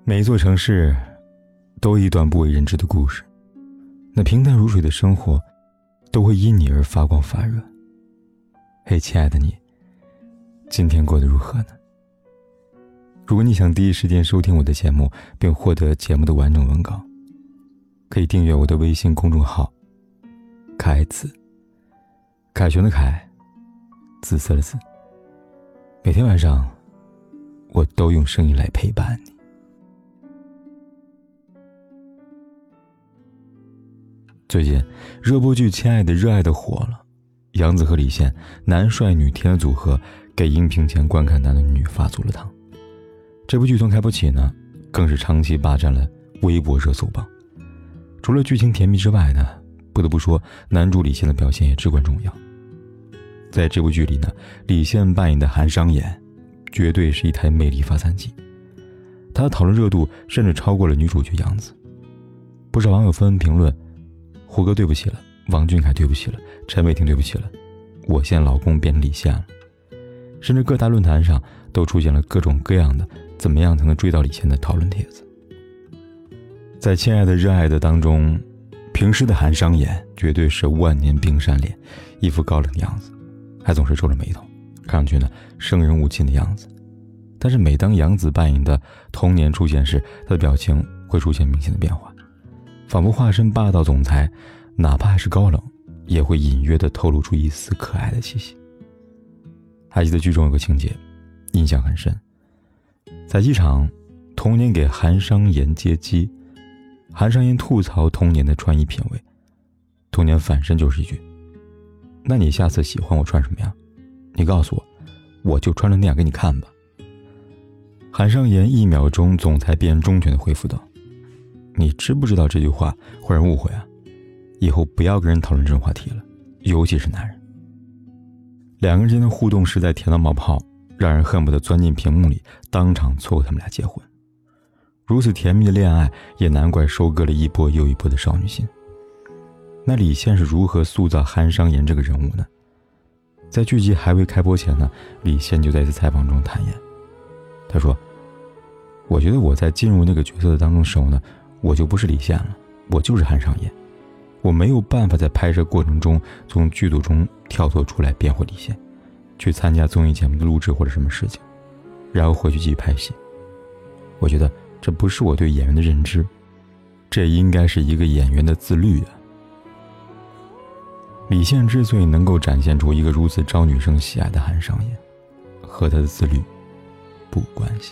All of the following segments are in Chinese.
每一座城市都有一段不为人知的故事，那平淡如水的生活都会因你而发光发热。嘿，亲爱的你，今天过得如何呢？如果你想第一时间收听我的节目并获得节目的完整文稿，可以订阅我的微信公众号凯子，凯旋的凯，紫色的紫。每天晚上我都用声音来陪伴你。最近热播剧《亲爱的热爱的》火了，杨紫和李现男帅女甜的组合给荧屏前观看男的女发足了糖。这部剧从开播起呢，更是长期霸占了微博热搜榜。除了剧情甜蜜之外呢，不得不说男主李现的表现也至关重要。在这部剧里呢，李现扮演的韩商言绝对是一台魅力发散机，他的讨论热度甚至超过了女主角杨紫。不少网友纷纷评论：胡歌对不起了，王俊凯对不起了，陈伟霆对不起了，我现在老公变成李现了。甚至各大论坛上都出现了各种各样的怎么样才能追到李现的讨论帖子。在《亲爱的热爱的》当中，平时的韩商言绝对是万年冰山脸，一副高冷的样子，还总是皱着眉头，看上去呢生人勿近的样子。但是每当杨紫扮演的童年出现时，她的表情会出现明显的变化，仿佛化身霸道总裁，哪怕还是高冷，也会隐约地透露出一丝可爱的气息。还记得剧中有个情节印象很深，在机场，童年给韩商言接机，韩商言吐槽童年的穿衣品味，童年反身就是一句：那你下次喜欢我穿什么呀？你告诉我，我就穿成那样给你看吧。韩商言1秒钟总裁变忠犬的回复道：你知不知道这句话会让人误会啊？以后不要跟人讨论这种话题了，尤其是男人。两个人间的互动实在甜到冒泡，让人恨不得钻进屏幕里当场撮合他们俩结婚。如此甜蜜的恋爱，也难怪收割了一波又一波的少女心。那李现是如何塑造韩商言这个人物呢？在剧集还未开播前呢，李现就在一次采访中坦言，他说：我觉得我在进入那个角色的当中时候呢，我就不是李现了，我就是韩商言。我没有办法在拍摄过程中从剧组中跳脱出来变回李现，去参加综艺节目的录制或者什么事情，然后回去继续拍戏。我觉得这不是我对演员的认知，这应该是一个演员的自律啊。李现之所以能够展现出一个如此招女生喜爱的韩商言，和他的自律不无关系。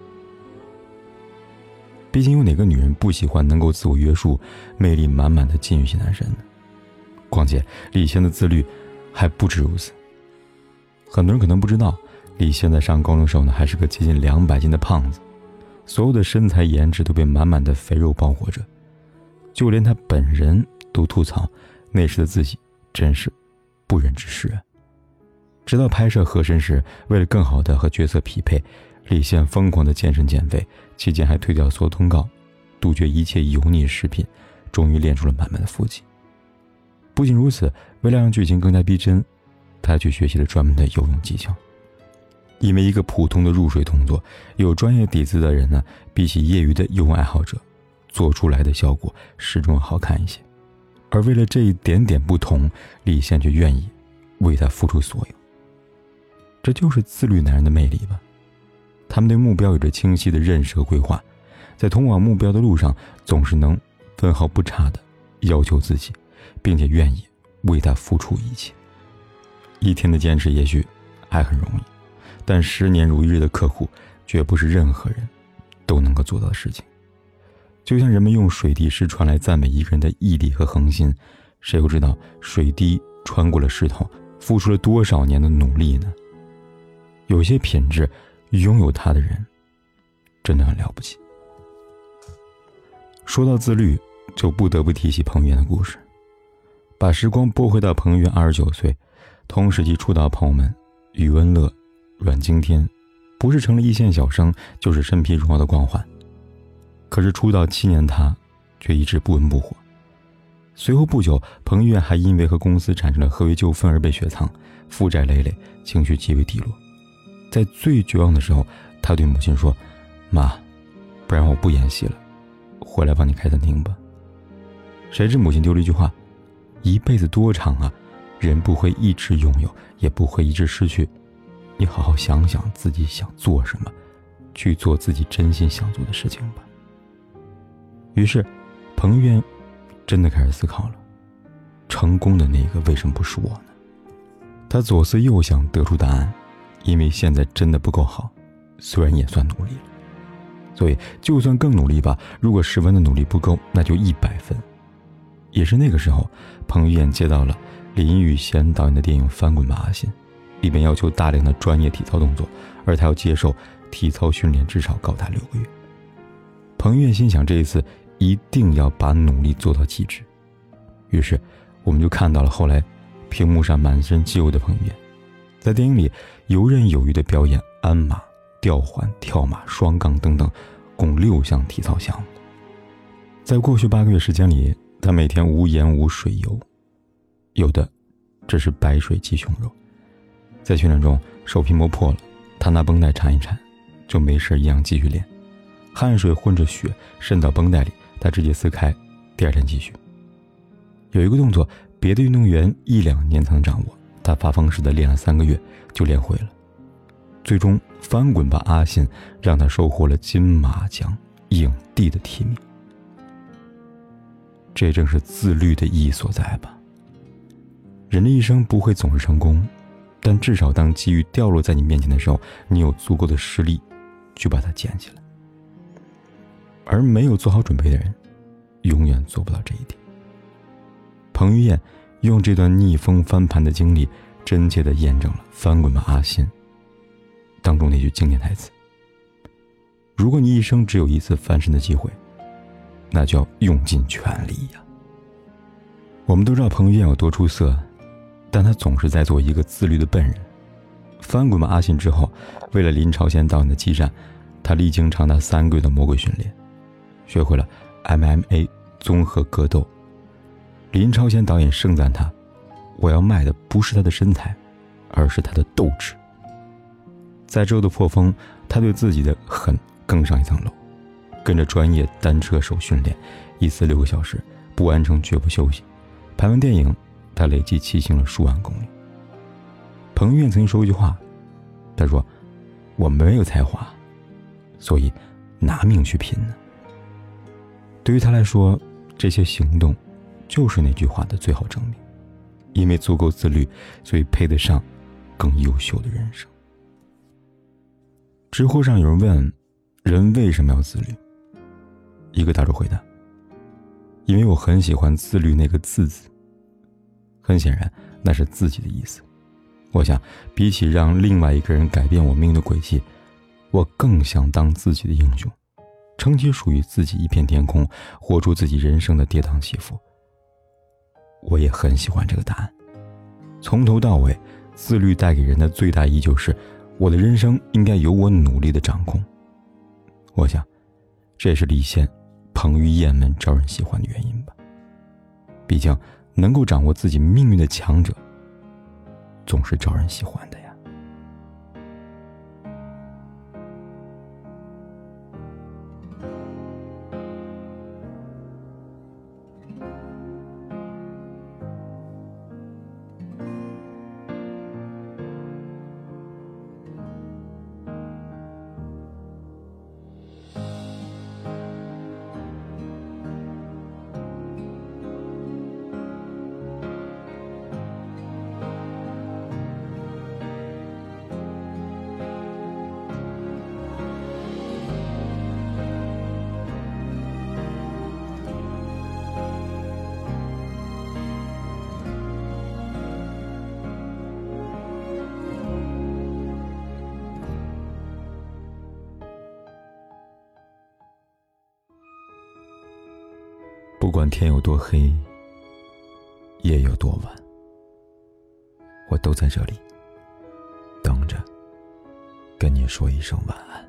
毕竟有哪个女人不喜欢能够自我约束、魅力满满的禁欲系男神呢？况且李现的自律还不止如此。很多人可能不知道，李现在上高中时候呢，还是个接近200斤的胖子，所有的身材颜值都被满满的肥肉包裹着，就连他本人都吐槽那时的自己真是不忍直视啊。直到拍摄和珅时，为了更好的和角色匹配，李现疯狂的健身减肥，期间还推掉所有通告，杜绝一切油腻食品，终于练出了满满的腹肌。不仅如此，为了让剧情更加逼真，他还去学习了专门的游泳技巧。因为一个普通的入水动作，有专业底子的人呢，比起业余的游泳爱好者，做出来的效果始终好看一些。而为了这一点点不同，李现却愿意为他付出所有。这就是自律男人的魅力吧。他们对目标有着清晰的认识和规划，在通往目标的路上总是能分毫不差的要求自己，并且愿意为他付出一切。一天的坚持也许还很容易，但10年如一日的刻苦绝不是任何人都能够做到的事情。就像人们用水滴石穿来赞美一个人的毅力和恒心，谁又知道水滴穿过了石头，付出了多少年的努力呢？有些品质拥有它的人真的很了不起。说到自律，就不得不提起彭于晏的故事。把时光拨回到彭于晏29岁，同时期出道朋友们余文乐、阮经天，不是成了一线小生，就是身披荣耀的光环。可是出道7年他却一直不温不火。随后不久，彭于晏还因为和公司产生了合约纠纷而被雪藏，负债累累，情绪极为低落。在最绝望的时候，他对母亲说：妈， 不然我不演戏了，回来帮你开餐厅吧。谁知母亲丢了一句话，一辈子多长啊，人不会一直拥有，也不会一直失去，你好好想想自己想做什么，去做自己真心想做的事情吧。于是彭于晏真的开始思考了，成功的那个为什么不是我呢？他左思右想得出答案，因为现在真的不够好，虽然也算努力了，所以就算更努力吧，如果10分的努力不够，那就100分。也是那个时候，彭于晏接到了林雨贤导演的电影《翻滚吧，阿信》，里面要求大量的专业体操动作，而他要接受体操训练至少高达6个月。彭于晏心想，这一次一定要把努力做到极致。于是我们就看到了后来屏幕上满身肌肉的彭于晏，在电影里游刃有余地表演鞍马、吊环、跳马、双杠等等共6项体操项目。在过去8个月时间里，他每天无盐无水游，有的只是白水鸡胸肉。在训练中手皮磨破了，他拿绷带缠一缠，就没事一样继续练。汗水混着血渗到绷带里，他直接撕开，第二天继续。有一个动作别的运动员1-2年才能掌握，他发疯似的练了3个月就练会了。最终翻滚吧阿信让他收获了金马奖影帝的提名。这正是自律的意义所在吧。人的一生不会总是成功，但至少当机遇掉落在你面前的时候，你有足够的实力去把它捡起来。而没有做好准备的人，永远做不到这一点。彭于晏用这段逆风翻盘的经历，真切地验证了《翻滚吧，阿信》当中那句经典台词：如果你一生只有一次翻身的机会，那就要用尽全力呀。我们都知道彭于晏有多出色，但他总是在做一个自律的笨人。翻滚吧，阿信之后，为了林超贤导演的激战，他历经长达3个月的魔鬼训练，学会了 MMA 综合格斗。林超贤导演盛赞他，我要卖的不是他的身材，而是他的斗志。在之后的破风，他对自己的狠更上一层楼，跟着专业单车手训练，一次6个小时，不完成绝不休息。拍完电影，他累计骑行了数万公里。彭于晏曾经说过一句话，他说：我没有才华，所以拿命去拼呢。对于他来说，这些行动就是那句话的最好证明。因为足够自律，所以配得上更优秀的人生。知乎上有人问，人为什么要自律？一个大叔回答：因为我很喜欢自律那个字。很显然，那是自己的意思。我想，比起让另外一个人改变我命运的轨迹，我更想当自己的英雄，撑起属于自己一片天空，活出自己人生的跌宕起伏。我也很喜欢这个答案。从头到尾，自律带给人的最大意义就是，我的人生应该由我努力的掌控。我想，这也是李现、彭于晏们招人喜欢的原因吧。毕竟，能够掌握自己命运的强者，总是招人喜欢的呀。不管天有多黑，夜有多晚，我都在这里等着跟你说一声晚安。